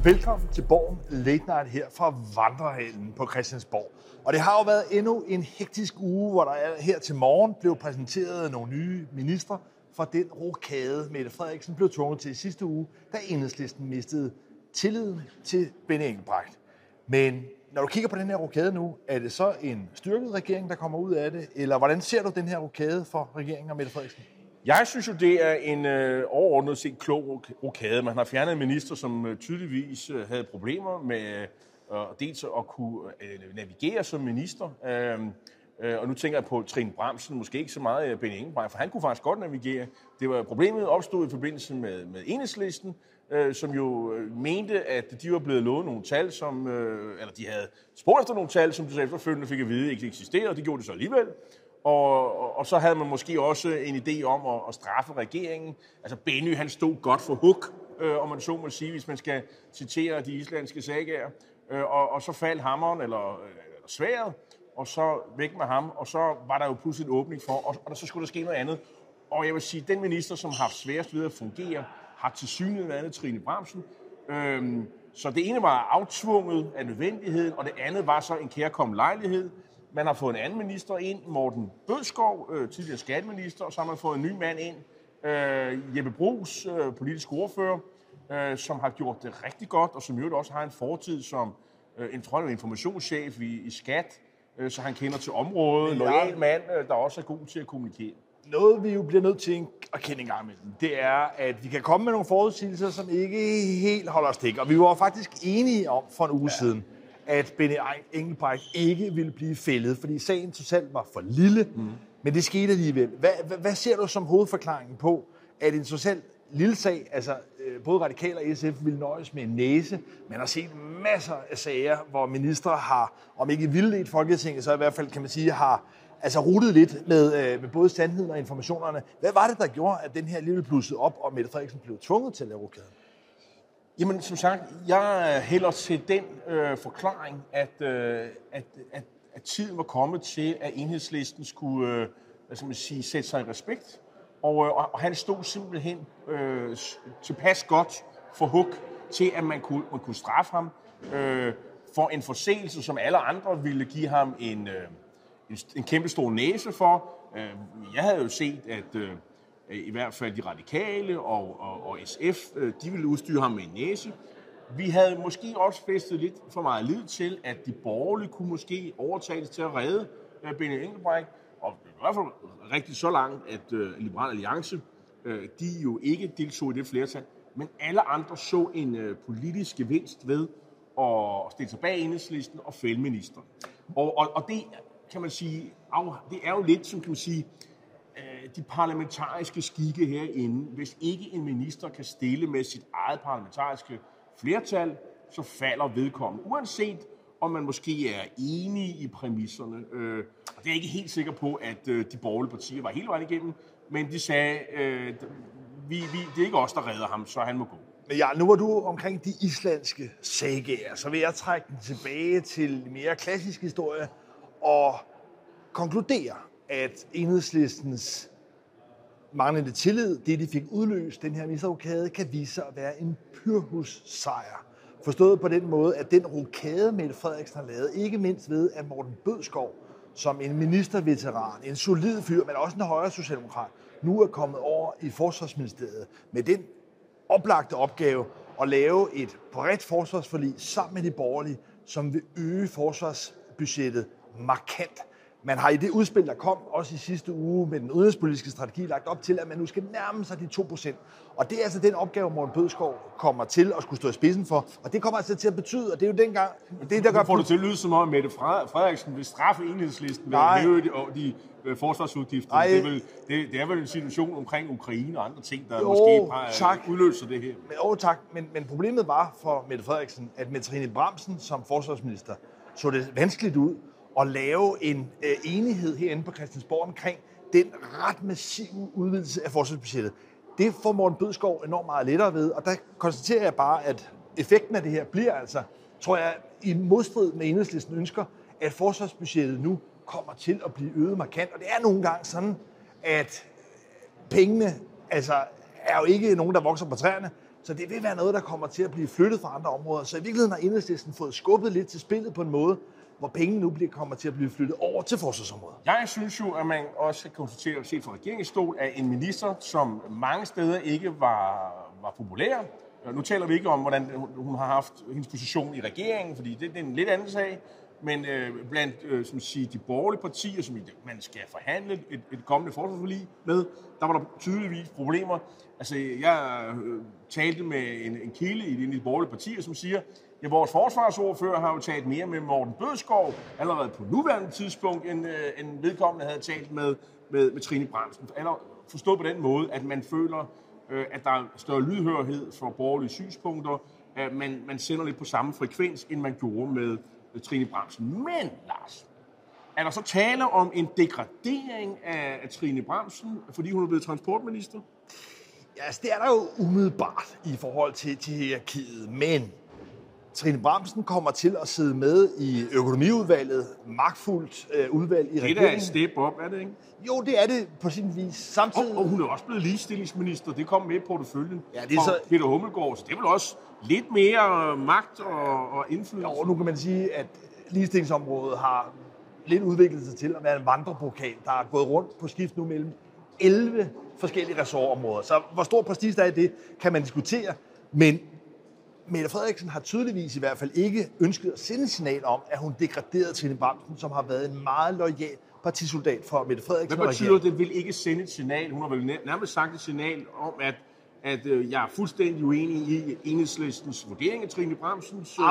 Velkommen til Borgen Late Night her fra Vandrehallen på Christiansborg. Og det har jo været endnu en hektisk uge, hvor der her til morgen blev præsenteret nogle nye ministre for den rokade, Mette Frederiksen blev tvunget til sidste uge, da Enhedslisten mistede tilliden til Benny Engelbrecht. Men når du kigger på den her rokade nu, er det så en styrket regering, der kommer ud af det? Eller hvordan ser du den her rokade for regeringen og Mette Frederiksen? Jeg synes jo, det er en overordnet set klog rokade. Man har fjernet en minister, som tydeligvis havde problemer med dels at kunne navigere som minister. Og nu tænker jeg på Trine Bramsen, måske ikke så meget Benny Engelbrecht, for han kunne faktisk godt navigere. Det var problemet opstod i forbindelse med Enhedslisten, som jo mente, at de var blevet lovet nogle tal, som, eller de havde spurgt efter nogle tal, som de så efterfølgende fik at vide ikke eksisterede, og det gjorde det så alligevel. Og så havde man måske også en idé om at straffe regeringen. Altså Benny, han stod godt for hug, om man så må sige, hvis man skal citere de islandske sagaer. Og så faldt hammeren, eller sværdet, og så væk med ham, og så var der jo pludselig en åbning for, og så skulle der ske noget andet. Og jeg vil sige, den minister, som har haft sværest ved at fungere, har tilsyneladende Trine Bramsen. Så det ene var aftvunget af nødvendigheden, og det andet var så en kærkommen lejlighed. Man har fået en anden minister ind, Morten Bødskov, tidligere skatteminister, og så har man fået en ny mand ind, Jeppe Bruus, politisk ordfører, som har gjort det rigtig godt, og som jo også har en fortid som informationschef i Skat, så han kender til området. Loyal mand, der også er god til at kommunikere. Noget, vi jo bliver nødt til at kende en gang imellem, det er, at vi kan komme med nogle forudsigelser, som ikke helt holder stik. Og vi var faktisk enige om for en uge siden, at Benny Engelbrecht ikke ville blive fældet, fordi sagen totalt var for lille, men det skete alligevel. Hvad ser du som hovedforklaringen på, at en totalt lille sag, altså både Radikal og SF vil nøjes med en næse. Man har set masser af sager, hvor ministre har, om ikke vildledt Folketinget, så i hvert fald kan man sige, har ruttet lidt med både sandheden og informationerne. Hvad var det, der gjorde, at den her alligevel blussede op, og Mette Frederiksen blev tvunget til at lave rokaden? Jamen, som sagt, jeg hælder til den forklaring, at tiden var kommet til, at Enhedslisten skulle sætte sig i respekt. Og han stod simpelthen tilpas godt for hug til, at man kunne straffe ham for en forseelse, som alle andre ville give ham en kæmpe stor næse for. Jeg havde jo set, at i hvert fald de radikale og SF, de ville udstyre ham med en næse. Vi havde måske også festet lidt for meget lid til, at de borgerlige kunne måske overtales til at redde Benny Engelbrecht. Og i hvert fald rigtig så langt, at Liberal Alliance, de jo ikke deltog i det flertal, men alle andre så en politisk gevinst ved at stille sig bag Enhedslisten og fælde ministeren. Og det kan man sige, det er jo lidt, som kan man sige, de parlamentariske skikke herinde. Hvis ikke en minister kan stille med sit eget parlamentariske flertal, så falder vedkommende. Uanset om man måske er enige i præmisserne. Og det er jeg ikke helt sikker på, at de borgerlige partier var hele vejen igennem, men de sagde, det er ikke os, der redder ham, så han må gå. Men ja, nu var du omkring de islandske sagaer, så vil jeg trække den tilbage til mere klassisk historie og konkludere, at Enhedslistens manglende tillid, det de fik udløst, den her ministerrokade, kan vise sig at være en pyrrhussejr. Forstået på den måde, at den rokade, Mette Frederiksen har lavet, ikke mindst ved, at Morten Bødskov, som en ministerveteran, en solid fyr, men også en højre socialdemokrat, nu er kommet over i Forsvarsministeriet med den oplagte opgave at lave et bredt forsvarsforlig sammen med de borgerlige, som vil øge forsvarsbudgettet markant. Man har i det udspil, der kom også i sidste uge med den udenrigspolitiske strategi, lagt op til, at man nu skal nærme sig de 2%. Og det er altså den opgave, Morten Bødskov kommer til at skulle stå i spidsen for. Og det kommer altså til at betyde, og det er jo dengang... Det, der får det til at lyde som om, at Mette Frederiksen vil straffe Enhedslisten ved at hæve de forsvarsudgifter. Det er vel en situation omkring Ukraine og andre ting, der måske udløser det her. Tak. Men problemet var for Mette Frederiksen, at med Trine Bramsen som forsvarsminister så det vanskeligt ud at lave en enighed herinde på Christiansborg omkring den ret massive udvidelse af forsvarsbudgettet. Det får Morten Bødskov enormt meget lettere ved, og der konstaterer jeg bare, at effekten af det her bliver altså, tror jeg, i modstrid med Enhedslisten ønsker, at forsvarsbudgettet nu kommer til at blive øget markant. Og det er nogle gange sådan, at pengene altså, er jo ikke nogen, der vokser på træerne, Så det vil være noget, der kommer til at blive flyttet fra andre områder. Så i virkeligheden har Enhedslisten fået skubbet lidt til spillet på en måde, hvor pengene nu kommer til at blive flyttet over til forsvarsområdet. Jeg synes jo, at man også kan konstatere, set fra regeringsstol, at en minister, som mange steder ikke var populær. Nu taler vi ikke om, hvordan hun har haft hendes position i regeringen, fordi det er en lidt anden sag. Men blandt som siger, de borgerlige partier, som man skal forhandle et kommende forsvarsforlig med, der var der tydeligvis problemer. Altså, jeg talte med en kilde i de borgerlige partier, som siger, ja, vores forsvarsordfører har jo talt mere med Morten Bødskov allerede på nuværende tidspunkt, end vedkommende havde talt med Trine Bramsen. Eller forstået på den måde, at man føler, at der er større lydhørhed for borgerlige synspunkter. Man sender lidt på samme frekvens, end man gjorde med Trine Bramsen. Men, Lars, er der så tale om en degradering af Trine Bramsen, fordi hun er blevet transportminister? Ja, altså, det er der jo umiddelbart i forhold til hierarkiet, men Trine Bramsen kommer til at sidde med i økonomiudvalget, magtfuldt udvalg i regeringen. Det er et step op, er det ikke? Jo, det er det på sin vis. Samtidig... Og hun er også blevet ligestillingsminister. Det kom med i porteføljen. Ja, det er så... Peter Hummelgaard, så det er vel også lidt mere magt og indflydelse. Jo, nu kan man sige, at ligestillingsområdet har lidt udviklet sig til at være en vandrepokal, der er gået rundt på skift nu mellem 11 forskellige ressortområder. Så hvor stor prestige der er i det, kan man diskutere. Men Mette Frederiksen har tydeligvis i hvert fald ikke ønsket at sende signal om, at hun degraderede Trine Bramsen, som har været en meget loyal partisoldat for Mette Frederiksen. Hvad betyder det? Det vil ikke sende et signal? Hun har vel nærmest sagt et signal om, at jeg er fuldstændig uenig i Enhedslistens vurdering af Trine Bramsens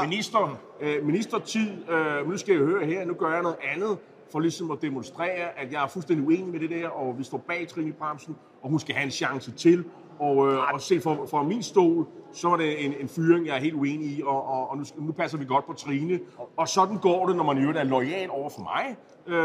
ministertid. Nu skal jeg høre her, nu gør jeg noget andet for ligesom at demonstrere, at jeg er fuldstændig uenig med det der, og vi står bag Trine Bramsen, og hun skal have en chance til. Og se for min stol, så var det en fyring, jeg er helt uenig i, og nu passer vi godt på Trine. Og sådan går det, når man jo er loyal over for mig.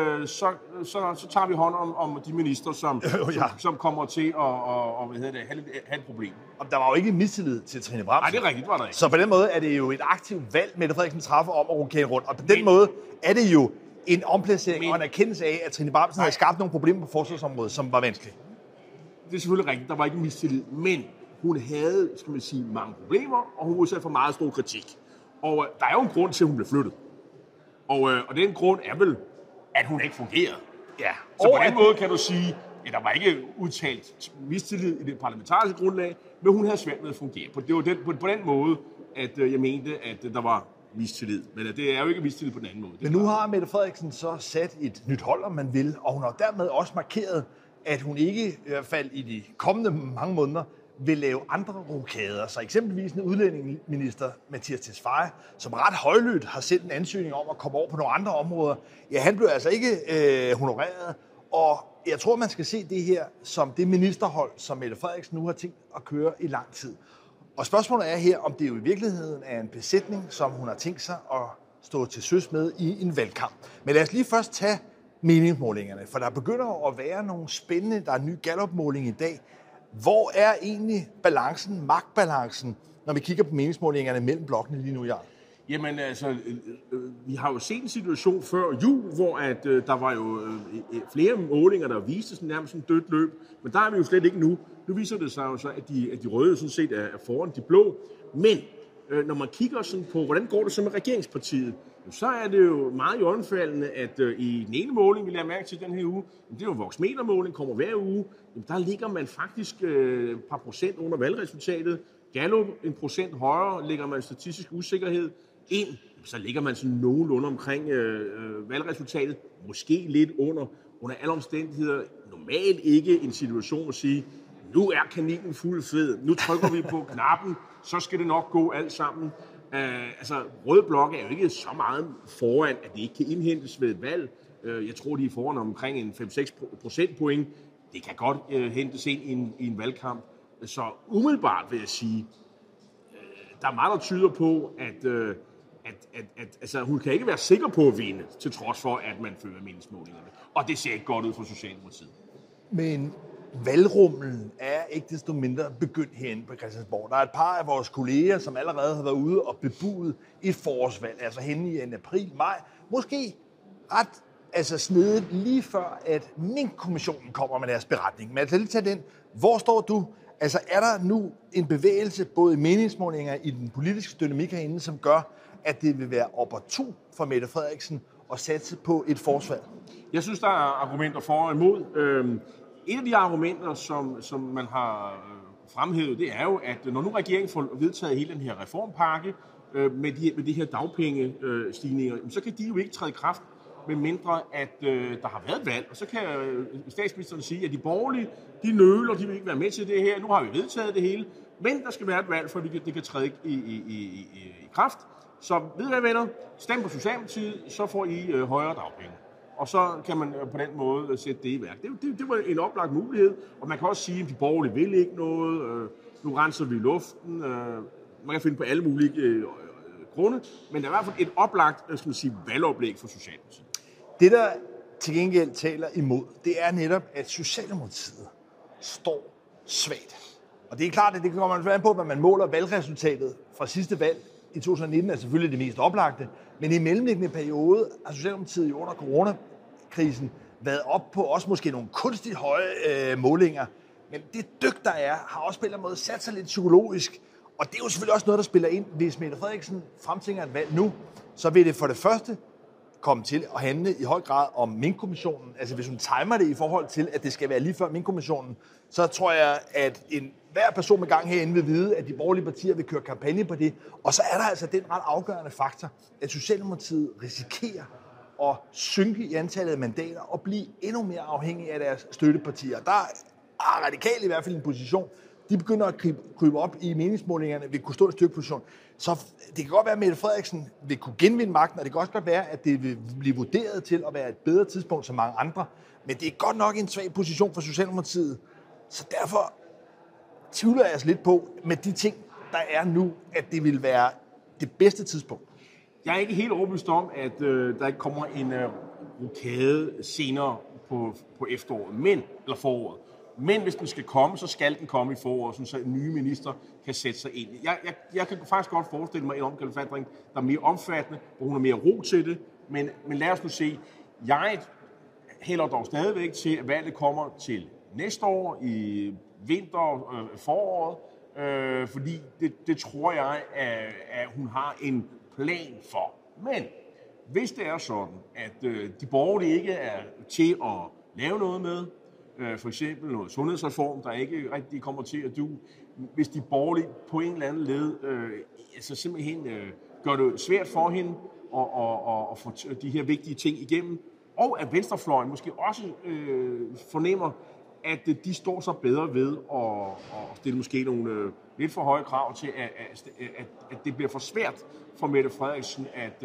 Så tager vi hånd om de minister, som kommer til at have et problem. Og der var jo ikke mistillid til Trine Bramsen. Nej, det er rigtigt, var der ikke. Så på den måde er det jo et aktivt valg, Mette Frederiksen træffer om at rokere rundt. Og på den måde er det jo en omplacering og en erkendelse af, at Trine Bramsen havde skabt nogle problemer på forsvarsområdet, som var vanskelige. Det er selvfølgelig rigtigt, der var ikke mistillid, men hun havde, skal man sige, mange problemer, og hun udsat for meget stor kritik. Og der er jo en grund til, at hun blev flyttet. Og den grund er vel, at hun ikke fungerede. Ja. Så på den måde kan du sige, at der var ikke udtalt mistillid i det parlamentariske grundlag, men hun havde svært med at fungere. Det var på den måde, at jeg mente, at der var mistillid. Men det er jo ikke mistillid på den anden måde. Men nu har Mette Frederiksen så sat et nyt hold, om man vil, og hun har dermed også markeret, at hun ikke, i hvert fald i de kommende mange måneder, vil lave andre rokader. Så eksempelvis en udlændingeminister, Mattias Tesfaye, som ret højlydt har sendt en ansøgning om at komme over på nogle andre områder. Ja, han blev altså ikke honoreret, og jeg tror, man skal se det her som det ministerhold, som Mette Frederiksen nu har tænkt at køre i lang tid. Og spørgsmålet er her, om det jo i virkeligheden er en besætning, som hun har tænkt sig at stå til søs med i en valgkamp. Men lad os lige først tage meningsmålingerne, for der begynder at være nogle spændende, der er en ny Gallup-måling i dag. Hvor er egentlig balancen, magtbalancen, når vi kigger på meningsmålingerne mellem blokkene lige nu, Jarl? Jamen altså, vi har jo set en situation før jul, hvor at, der var jo flere målinger, der viste sådan nærmest en dødt løb, men der er vi jo slet ikke nu. Nu viser det sig jo så, at de røde sådan set er foran de blå, men når man kigger sådan på, hvordan går det så med regeringspartiet, så er det jo meget iøjnefaldende, at i den ene måling, vi lader mærke til den her uge, det er jo Voxmeter-måling, kommer hver uge, der ligger man faktisk et par procent under valgresultatet. Gallup 1% højere, ligger man statistisk usikkerhed ind, så ligger man sådan nogenlunde omkring valgresultatet, måske lidt under alle omstændigheder. Normalt ikke en situation at sige, nu er kaninen fuld fed, nu trykker vi på knappen, så skal det nok gå alt sammen. Rød blok er jo ikke så meget foran, at det ikke kan indhentes ved et valg. Jeg tror, de er foran omkring en 5-6 procentpoint. Det kan godt hentes ind i en valgkamp. Så umiddelbart vil jeg sige, der er meget, der tyder på, at hun kan ikke være sikker på at vinde, til trods for, at man fører meningsmålingerne. Og det ser ikke godt ud for Socialdemokratiet. Men valgrumlen er ikke desto mindre begyndt herinde på Christiansborg. Der er et par af vores kolleger, som allerede har været ude og bebudet et forårsvalg, altså henne i april-maj. Måske ret snedigt lige før, at Mink-kommissionen kommer med deres beretning. Men altså lige tage den. Hvor står du? Altså er der nu en bevægelse, både i meningsmålinger i den politiske dynamik herinde, som gør, at det vil være opportunt for Mette Frederiksen at satse på et forsvar? Jeg synes, der er argumenter for og imod. Et af de argumenter, som man har fremhævet, det er jo, at når nu regeringen får vedtaget hele den her reformpakke med de her dagpengestigninger, så kan de jo ikke træde i kraft, med mindre at der har været valg. Og så kan statsministeren sige, at de borgerlige, de nøler, de vil ikke være med til det her. Nu har vi vedtaget det hele, men der skal være et valg, for det kan træde i kraft. Så ved I hvad, venner? Stem på Socialdemokratiet, så får I højere dagpenge. Og så kan man på den måde sætte det i værk. Det var en oplagt mulighed, og man kan også sige, at de borgerlige vil ikke noget. Nu renser vi luften. Man kan finde på alle mulige grunde, men der er i hvert fald et oplagt valgoplæg for Socialdemokratiet. Det, der til gengæld taler imod, det er netop, at Socialdemokratiet står svagt. Og det er klart, at det kommer man an på, hvad man måler valgresultatet fra sidste valg i 2019, er selvfølgelig det mest oplagte. Men i mellemliggende periode har Socialdemokratiet jo under coronakrisen været op på også måske nogle kunstigt høje målinger. Men det dyk, der er, har også på en eller anden måde sat sig lidt psykologisk. Og det er jo selvfølgelig også noget, der spiller ind. Hvis Mette Frederiksen fremtvinger et valg nu, så vil det for det første komme til at handle i høj grad om Minkkommissionen. Altså hvis hun timer det i forhold til, at det skal være lige før Minkkommissionen, så tror jeg, at hver person med gang herinde vil vide, at de borgerlige partier vil køre kampagne på det. Og så er der altså den ret afgørende faktor, at Socialdemokratiet risikerer at synke i antallet af mandater og blive endnu mere afhængige af deres støttepartier. Der er radikale i hvert fald en position. De begynder at krybe op i meningsmålingerne, vil kunne stå i styrkeposition. Så det kan godt være, at Mette Frederiksen vil kunne genvinde magten, og det kan også godt være, at det vil blive vurderet til at være et bedre tidspunkt som mange andre. Men det er godt nok en svag position for Socialdemokratiet. Så derfor tvivler jeg altså lidt på, med de ting, der er nu, at det vil være det bedste tidspunkt. Jeg er ikke helt overbevist om, at der ikke kommer en rokade senere på efteråret, eller foråret. Men hvis den skal komme, så skal den komme i foråret, så en nye minister kan sætte sig ind. Jeg kan faktisk godt forestille mig en omkalfatring, der er mere omfattende, hvor hun har mere ro til det. Men lad os nu se. Jeg hælder dog stadigvæk til, at valget kommer til næste år i vinter, foråret. Fordi det tror jeg, at hun har en plan for. Men hvis det er sådan, at de borgerlige ikke er til at lave noget med, for eksempel noget sundhedsreform, der ikke rigtig kommer til at hvis de borgerlige på en eller anden led simpelthen gør det svært for hende at få de her vigtige ting igennem, og at venstrefløjen måske også fornemmer, at de står så bedre ved at stille måske nogle lidt for høje krav til, at det bliver for svært for Mette Frederiksen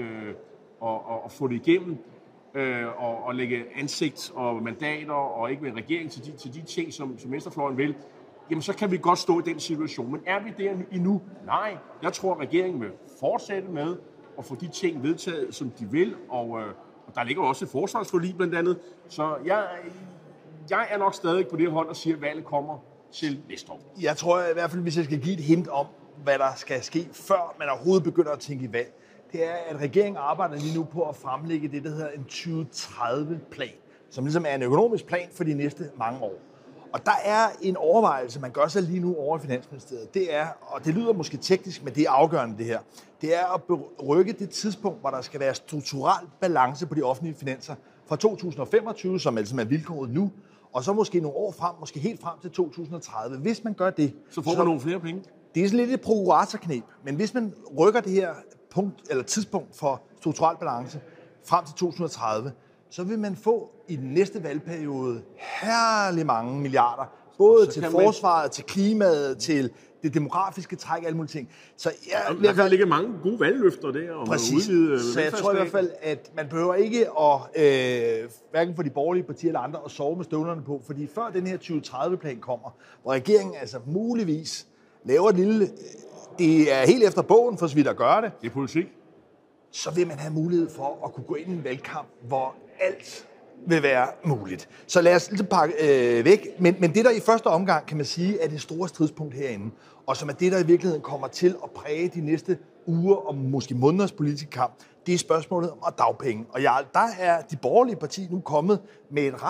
at få det igennem, og lægge ansigt og mandater og ikke med regering til de ting, som venstrefløjen vil, jamen så kan vi godt stå i den situation. Men er vi der endnu? Nej. Jeg tror, at regeringen vil fortsætte med at få de ting vedtaget, som de vil, og der ligger også et forsvarsforlig blandt andet. Så jeg er nok stadig på det hold, der siger, at valget kommer til næste år. Jeg tror i hvert fald, hvis jeg skal give et hint om, hvad der skal ske, før man overhovedet begynder at tænke i valg, det er, at regeringen arbejder lige nu på at fremlægge det, der hedder en 2030-plan, som ligesom er en økonomisk plan for de næste mange år. Og der er en overvejelse, man gør sig lige nu over i Finansministeriet. Det er, og det lyder måske teknisk, men det er afgørende det her, det er at rykke det tidspunkt, hvor der skal være strukturel balance på de offentlige finanser fra 2025, som altså er vilkåret nu, og så måske nogle år frem, måske helt frem til 2030. Hvis man gør det, så får man nogle flere penge. Det er sådan lidt et prokuratorkneb, men hvis man rykker det her tidspunkt for strukturel balance frem til 2030, så vil man få i den næste valgperiode herlig mange milliarder, både til forsvaret, til klimaet, til det demografiske træk, alle mulige ting. Så der kan ligge mange gode valgløfter der. Og præcis. Så jeg tror i hvert fald, at man behøver ikke at, hverken for de borgerlige partier eller andre, at sove med støvlerne på, fordi før den her 2030-plan kommer, hvor regeringen altså muligvis laver et lille, det er helt efter bogen, for så vidt at gøre det. Det er politik. Så vil man have mulighed for at kunne gå ind i en valgkamp, hvor alt vil være muligt. Så lad os lidt pakke væk. Men det, der i første omgang, kan man sige, er det store stridspunkt herinde, og som er det, der i virkeligheden kommer til at præge de næste uger og måske måneders politiske kamp, det er spørgsmålet om dagpenge. Og der er de borgerlige partier nu kommet med et ret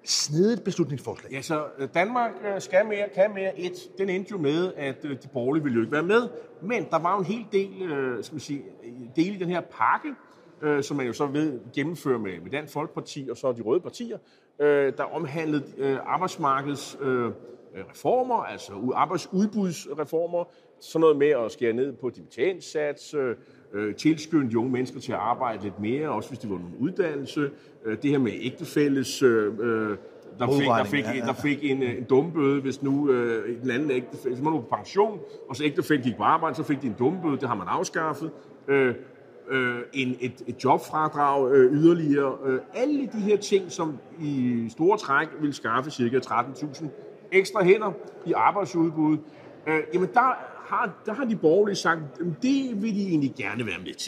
snedigt beslutningsforslag. Ja, så Danmark skal mere, kan mere. Den endte jo med, at de borgerlige ville jo ikke være med. Men der var jo en hel del, del i den her pakke, som man jo så ved gennemføre med Dansk Folkeparti og så de røde partier, der omhandlede arbejdsmarkedsreformer, altså arbejdsudbudsreformer, sådan noget med at skære ned på dimittendsats, tilskynde de unge mennesker til at arbejde lidt mere, også hvis de var nogen uddannelse. Det her med ægtefælles, der fik en dummebøde, hvis nu den anden ægtefælle, så var nu på pension, og så ægtefællen gik på arbejde, så fik de en dummebøde, det har man afskaffet. Et jobfradrag yderligere. Alle de her ting, som i store træk vil skaffe ca. 13.000 ekstra hænder i arbejdsudbud, jamen der har de borgerlige sagt, det vil de egentlig gerne være med til.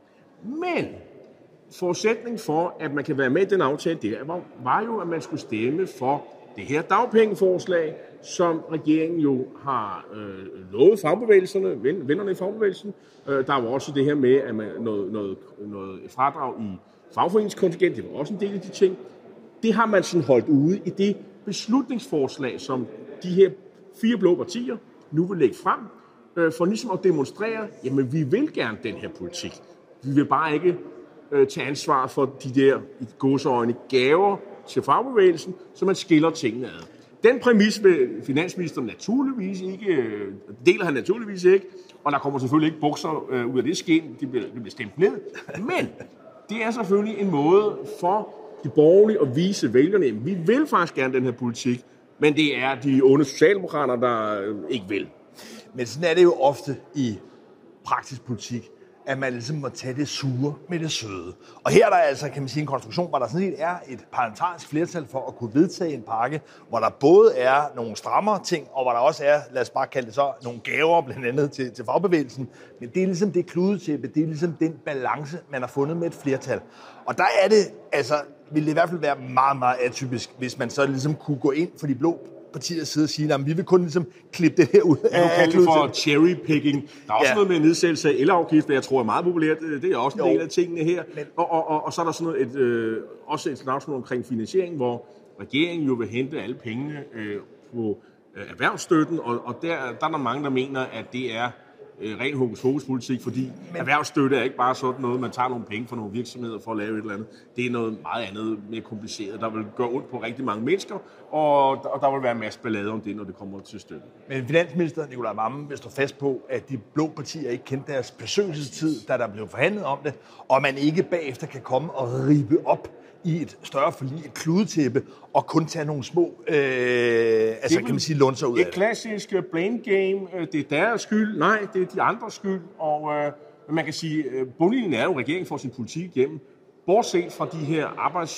Men forudsætning for, at man kan være med i den aftale, det var jo, at man skulle stemme for det her dagpengeforslag, som regeringen jo har lovet fagbevægelserne, vennerne i fagbevægelsen. Der var også det her med, at man noget fradrag i fagforeningskontingent, det var også en del af de ting. Det har man sådan holdt ude i det beslutningsforslag, som de her 4 blå partier nu vil lægge frem, for ligesom at demonstrere, jamen vi vil gerne den her politik. Vi vil bare ikke tage ansvar for de der i gåseøjne gaver til fagbevægelsen, så man skiller tingene ad. Den præmis vil finansministeren naturligvis ikke, deler han naturligvis ikke, og der kommer selvfølgelig ikke bukser ud af det skin, det bliver stemt ned. Men det er selvfølgelig en måde for de borgerlige at vise vælgerne, at vi vil faktisk gerne den her politik, men det er de onde socialdemokrater, der ikke vil. Men sådan er det jo ofte i praktisk politik, at man ligesom må tage det sure med det søde. Og her er der altså, kan man sige, en konstruktion, hvor der sådan set er et parlamentarisk flertal for at kunne vedtage en pakke, hvor der både er nogle strammere ting, og hvor der også er, lad os bare kalde det så, nogle gaver blandt andet til fagbevægelsen. Men det er ligesom det kludetæppe, det er ligesom den balance, man har fundet med et flertal. Og der er det, altså, vil det i hvert fald være meget, meget atypisk, hvis man så ligesom kunne gå ind for de blå partiers side og sige, at vi vil kun ligesom klippe det her ud af kludetæppet. Du kalder det for cherrypicking. Der er også noget med nedsættelse af elafgift, jeg tror er meget populært. Det er også en del af tingene her. Og så er der sådan noget også et slagsmål omkring finansiering, hvor regeringen jo vil hente alle pengene på erhvervsstøtten, og der er der mange, der mener, at det er ren hokus-pokus-politik, fordi erhvervsstøtte er ikke bare sådan noget, man tager nogle penge fra nogle virksomheder for at lave et eller andet. Det er noget meget andet, mere kompliceret. Der vil gøre ondt på rigtig mange mennesker, og der vil være en masse ballade om det, når det kommer til støtte. Men finansminister Nicolai Wammen vil stå fast på, at de blå partier ikke kendte deres besøgelsestid, da der blev forhandlet om det, og man ikke bagefter kan komme og ribe op i et større forlig, et kludetæppe, og kun tage nogle små, kan man sige, lunser ud af det. Et klassisk blame game, det er deres skyld, nej, det er de andres skyld, og man kan sige, bundlinjen er jo, at regeringen får sin politik igennem, bortset fra de her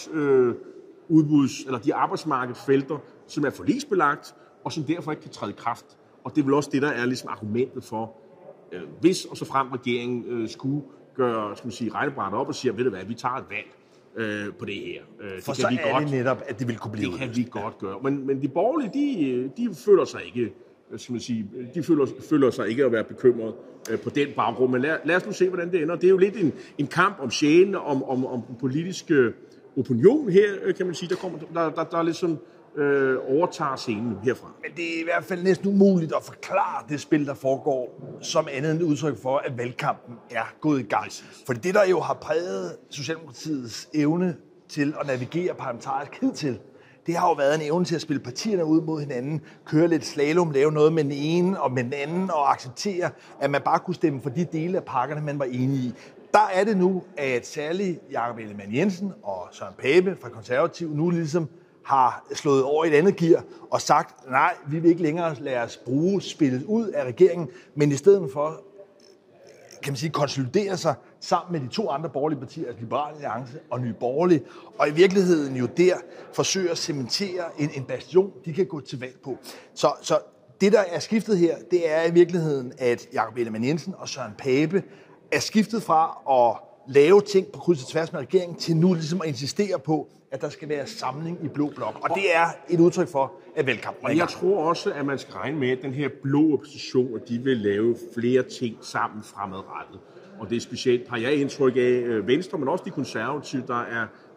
eller de arbejdsmarkedsfelter, som er forligsbelagt, og som derfor ikke kan træde i kraft. Og det er vel også det, der er ligesom argumentet for, hvis og så frem regeringen skulle gøre, skal man sige, regnebrættet op og sige, ved du hvad, vi tager et valg på det her. For det så er godt, det netop, at det vil kunne blive det kan vi godt gøre. Men de borgerlige, de føler sig ikke, skal man sige, føler sig ikke at være bekymret på den baggrund. Men lad os nu se, hvordan det ender. Det er jo lidt en kamp om sjælen, om den politiske opinion her, kan man sige. Der er lidt sådan overtager scenen herfra. Men det er i hvert fald næsten umuligt at forklare det spil, der foregår, som andet end udtryk for, at valgkampen er gået i gang. For det, der jo har præget Socialdemokratiets evne til at navigere parlamentarisk hidtil, det har jo været en evne til at spille partierne ud mod hinanden, køre lidt slalom, lave noget med den ene og med den anden, og acceptere, at man bare kunne stemme for de dele af pakkerne, man var enige i. Der er det nu, at særligt Jakob Ellemann-Jensen og Søren Pape fra Konservativ nu ligesom har slået over i et andet gear og sagt, nej, vi vil ikke længere lade os bruge spillet ud af regeringen, men i stedet for, kan man sige, konsolidere sig sammen med de 2 andre borgerlige partier, altså Liberal Alliance og Nye Borgerlige, og i virkeligheden jo der forsøger at cementere en bastion, de kan gå til valg på. Så det, der er skiftet her, det er i virkeligheden, at Jakob Ellemann-Jensen og Søren Pape er skiftet fra at lave ting på kryds og tværs med regeringen, til nu ligesom at insistere på, at der skal være samling i blå blok. Og det er et udtryk for, at valgkampen er i gang. Jeg tror også, at man skal regne med, at den her blå opposition, at de vil lave flere ting sammen fremadrettet. Og det er specielt, har jeg indtryk af Venstre, men også de konservative, der er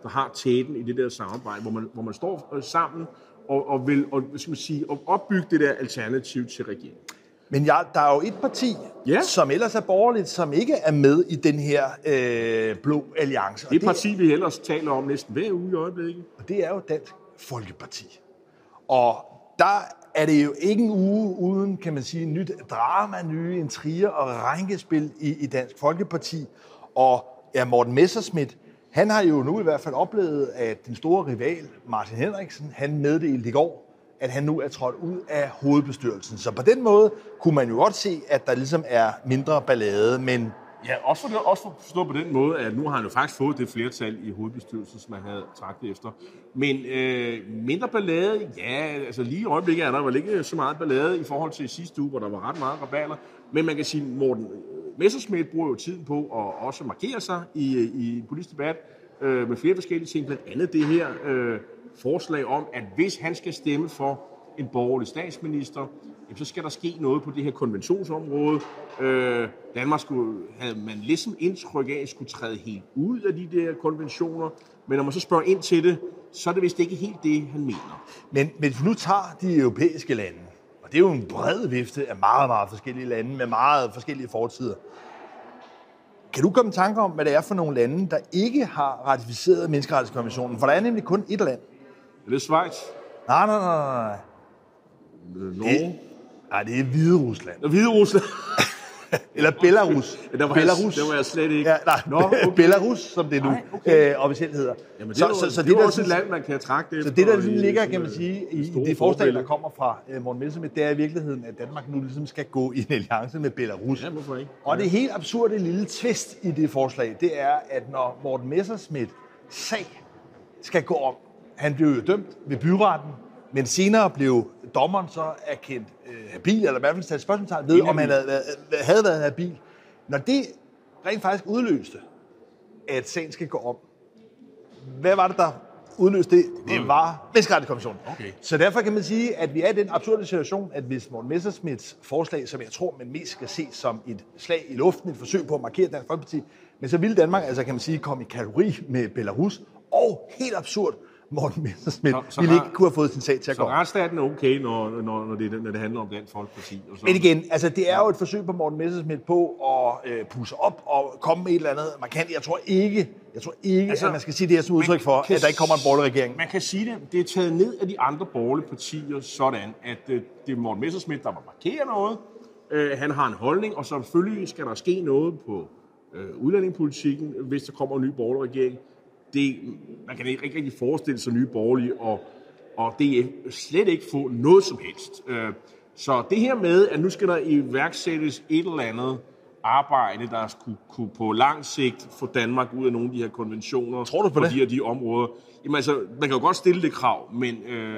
der har tæten i det der samarbejde, hvor man står sammen og vil opbygge det der alternativ til regeringen. Men der er jo et parti, som ellers er borgerligt, som ikke er med i den her blå alliance. Det parti, vi ellers taler om næsten hver uge i øjeblikket. Og det er jo Dansk Folkeparti. Og der er det jo ikke en uge uden, kan man sige, nyt drama, nye intriger og rænkespil i Dansk Folkeparti. Og Morten Messerschmidt, han har jo nu i hvert fald oplevet, at den store rival, Martin Henriksen, han meddelte i går, at han nu er trådt ud af hovedbestyrelsen. Så på den måde kunne man jo godt se, at der ligesom er mindre ballade, men... Ja, også forstå på den måde, at nu har han jo faktisk fået det flertal i hovedbestyrelsen, som han havde tragtet efter. Men mindre ballade, ja, altså lige i øjeblikket er der vel ikke så meget ballade i forhold til sidste uge, hvor der var ret meget raballer. Men man kan sige, at Morten Messerschmidt bruger jo tiden på at også markere sig i politisk debat med flere forskellige ting, blandt andet det her forslag om, at hvis han skal stemme for en borgerlig statsminister, så skal der ske noget på det her konventionsområde. Danmark havde man ligesom indtryk af, at skulle træde helt ud af de der konventioner, men når man så spørger ind til det, så er det vist ikke helt det, han mener. Men hvis vi nu tager de europæiske lande, og det er jo en bred vifte af meget, meget forskellige lande med meget forskellige fortider, kan du komme i tanke om, hvad det er for nogle lande, der ikke har ratificeret menneskerettighedskonventionen? For der er nemlig kun ét land. Er det Schweiz? Nej. Norge? Nej, det er Hviderusland. Hviderusland? Eller Belarus. Der var jeg slet ikke. Ja, okay. Belarus, som det nu officielt hedder. Jamen, det er jo også et land, man kan trække det. Så det, der ligesom ligger, kan man sige, i det forslag, der kommer fra Morten Messerschmidt, det er i virkeligheden, at Danmark nu ligesom skal gå i en alliance med Belarus. Ja, hvorfor ikke? Og det helt absurde lille twist i det forslag, det er, at når Morten Messerschmidt sag skal gå om, han blev jo dømt ved byretten, men senere blev dommeren så erkendt habil, eller i hvert fald sat spørgsmålstegn ved, om han havde været habil. Når det rent faktisk udløste, at sagen skal gå om, hvad var det, der udløste det? Det var Menneskerettighedskonventionen. Okay. Så derfor kan man sige, at vi er i den absurde situation, at hvis Morten Messerschmidts forslag, som jeg tror, man mest skal se som et slag i luften, et forsøg på at markere Dansk Folkeparti, men så ville Danmark, altså kan man sige, komme i kategori med Belarus, og helt absurd, Morten Messerschmidt ville ikke kunne have fået sin sag til at gå. Så retsstaten er okay, når det handler om Dansk Folkeparti. Og så. Men igen, altså det er jo et forsøg på Morten Messerschmidt på at pusse op og komme med et eller andet markant. Jeg tror ikke, altså, at man skal sige det her som udtryk for, at der ikke kommer en borgerlig regering. Man kan sige det er taget ned af de andre borgerlige partier sådan, at det er Morten Messerschmidt, der må markere noget. Han har en holdning, og selvfølgelig skal der ske noget på udlændingepolitikken, hvis der kommer en ny borgerlig regering. Man kan ikke rigtig forestille sig nye borgerlige, og det er slet ikke få noget som helst. Så det her med, at nu skal der iværksættes et eller andet arbejde, der kunne på lang sigt få Danmark ud af nogle af de her konventioner. Tror du på det? De områder. Jamen altså, man kan jo godt stille det krav, men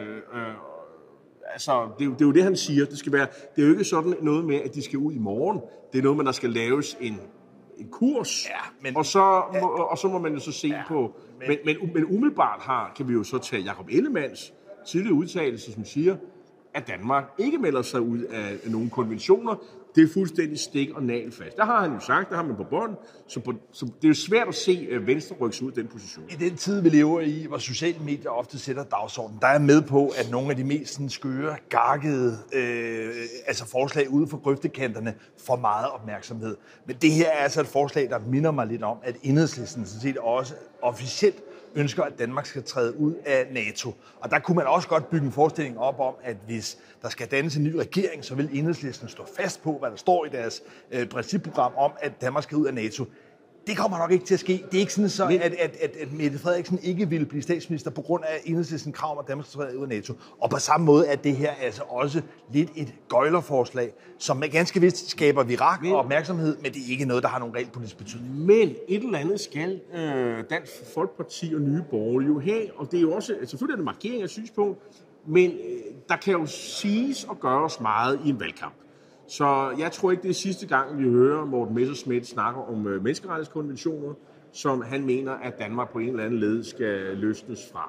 altså, det er jo det, han siger. Det er jo ikke sådan noget med, at de skal ud i morgen. Det er noget med, der skal laves en kurs, og så må man jo så se på. Men umiddelbart kan vi jo så tage Jakob Ellemanns tidligere udtalelse, som siger, at Danmark ikke melder sig ud af nogle konventioner. Det er fuldstændig stik og nagelfast. Der har han jo sagt, der har man på bånd, så det er jo svært at se Venstre rykke sig ud af den position. I den tid, vi lever i, hvor sociale medier ofte sætter dagsordenen, der er med på, at nogle af de mest skøre, garkede forslag ude for grøftekanterne får meget opmærksomhed. Men det her er altså et forslag, der minder mig lidt om, at Enhedslisten sådan set også officielt ønsker, at Danmark skal træde ud af NATO. Og der kunne man også godt bygge en forestilling op om, at hvis der skal dannes en ny regering, så vil Enhedslisten stå fast på, hvad der står i deres principprogram om, at Danmark skal ud af NATO. Det kommer nok ikke til at ske. Det er ikke sådan, så, at Mette Frederiksen ikke ville blive statsminister på grund af Enhedslistens krav om, at Danmark skal træde ud af NATO. Og på samme måde er det her altså også lidt et gøjlerforslag, som med ganske vist skaber virak og opmærksomhed, men det er ikke noget, der har nogen reelt politisk betydning. Men et eller andet skal Dansk Folkeparti og Nye Borgerlige jo have, og det er jo også, selvfølgelig er det markering af synspunkt, men der kan jo siges og gøres meget i en valgkamp. Så jeg tror ikke, det er sidste gang, vi hører Morten Messerschmidt snakke om menneskerettighedskonventioner, som han mener, at Danmark på en eller anden led skal løsnes fra.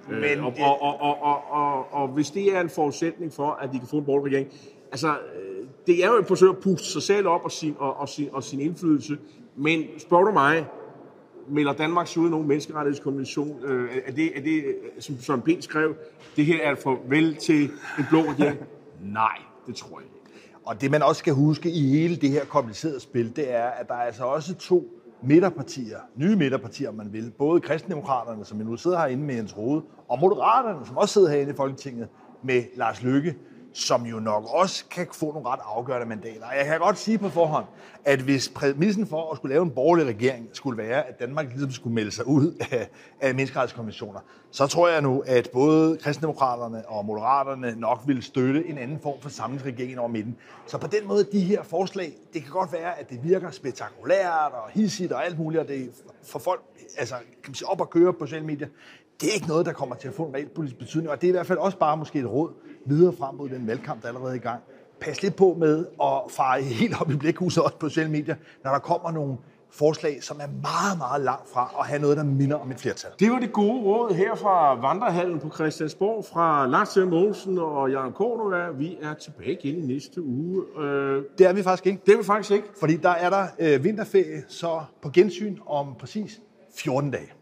Og hvis det er en forudsætning for, at de kan få en borgerlig regering, altså det er jo et forsøg at puste sig selv op og sin indflydelse, men spørger du mig, melder Danmark sig ud af nogen menneskerettighedskonvention? Er det, som Søren Pind skrev, det her er et farvel til en blå regering? Nej, det tror jeg ikke. Og det man også skal huske i hele det her komplicerede spil, det er, at der er altså også 2 midterpartier, nye midterpartier, om man vil. Både Kristendemokraterne, som nu sidder herinde med Jens Rohde, og Moderaterne, som også sidder herinde i Folketinget med Lars Løkke, som jo nok også kan få nogle ret afgørende mandater. Og jeg kan godt sige på forhånd, at hvis præmissen for at skulle lave en borgerlig regering skulle være, at Danmark ligesom skulle melde sig ud af menneskerettighedskonventioner, så tror jeg nu, at både Kristendemokraterne og Moderaterne nok vil støtte en anden form for samlingsregering over midten. Så på den måde, de her forslag, det kan godt være, at det virker spektakulært og hidsigt og alt muligt, og det for folk altså, kan man sige, op at køre på sociale medier. Det er ikke noget, der kommer til at få en reel politisk betydning, og det er i hvert fald også bare måske et råd videre frem mod den valgkamp, der er allerede i gang. Pas lidt på med at fare helt op i blikhuset også på sociale medier, når der kommer nogle forslag, som er meget, meget langt fra at have noget, der minder om et flertal. Det var det gode råd her fra Vandrehallen på Christiansborg, fra Lars Seier Mogensen og Jørgen Cordova. Vi er tilbage igen i næste uge. Det er vi faktisk ikke. Det er vi faktisk ikke. Fordi der er der vinterferie, så på gensyn om præcis 14 dage.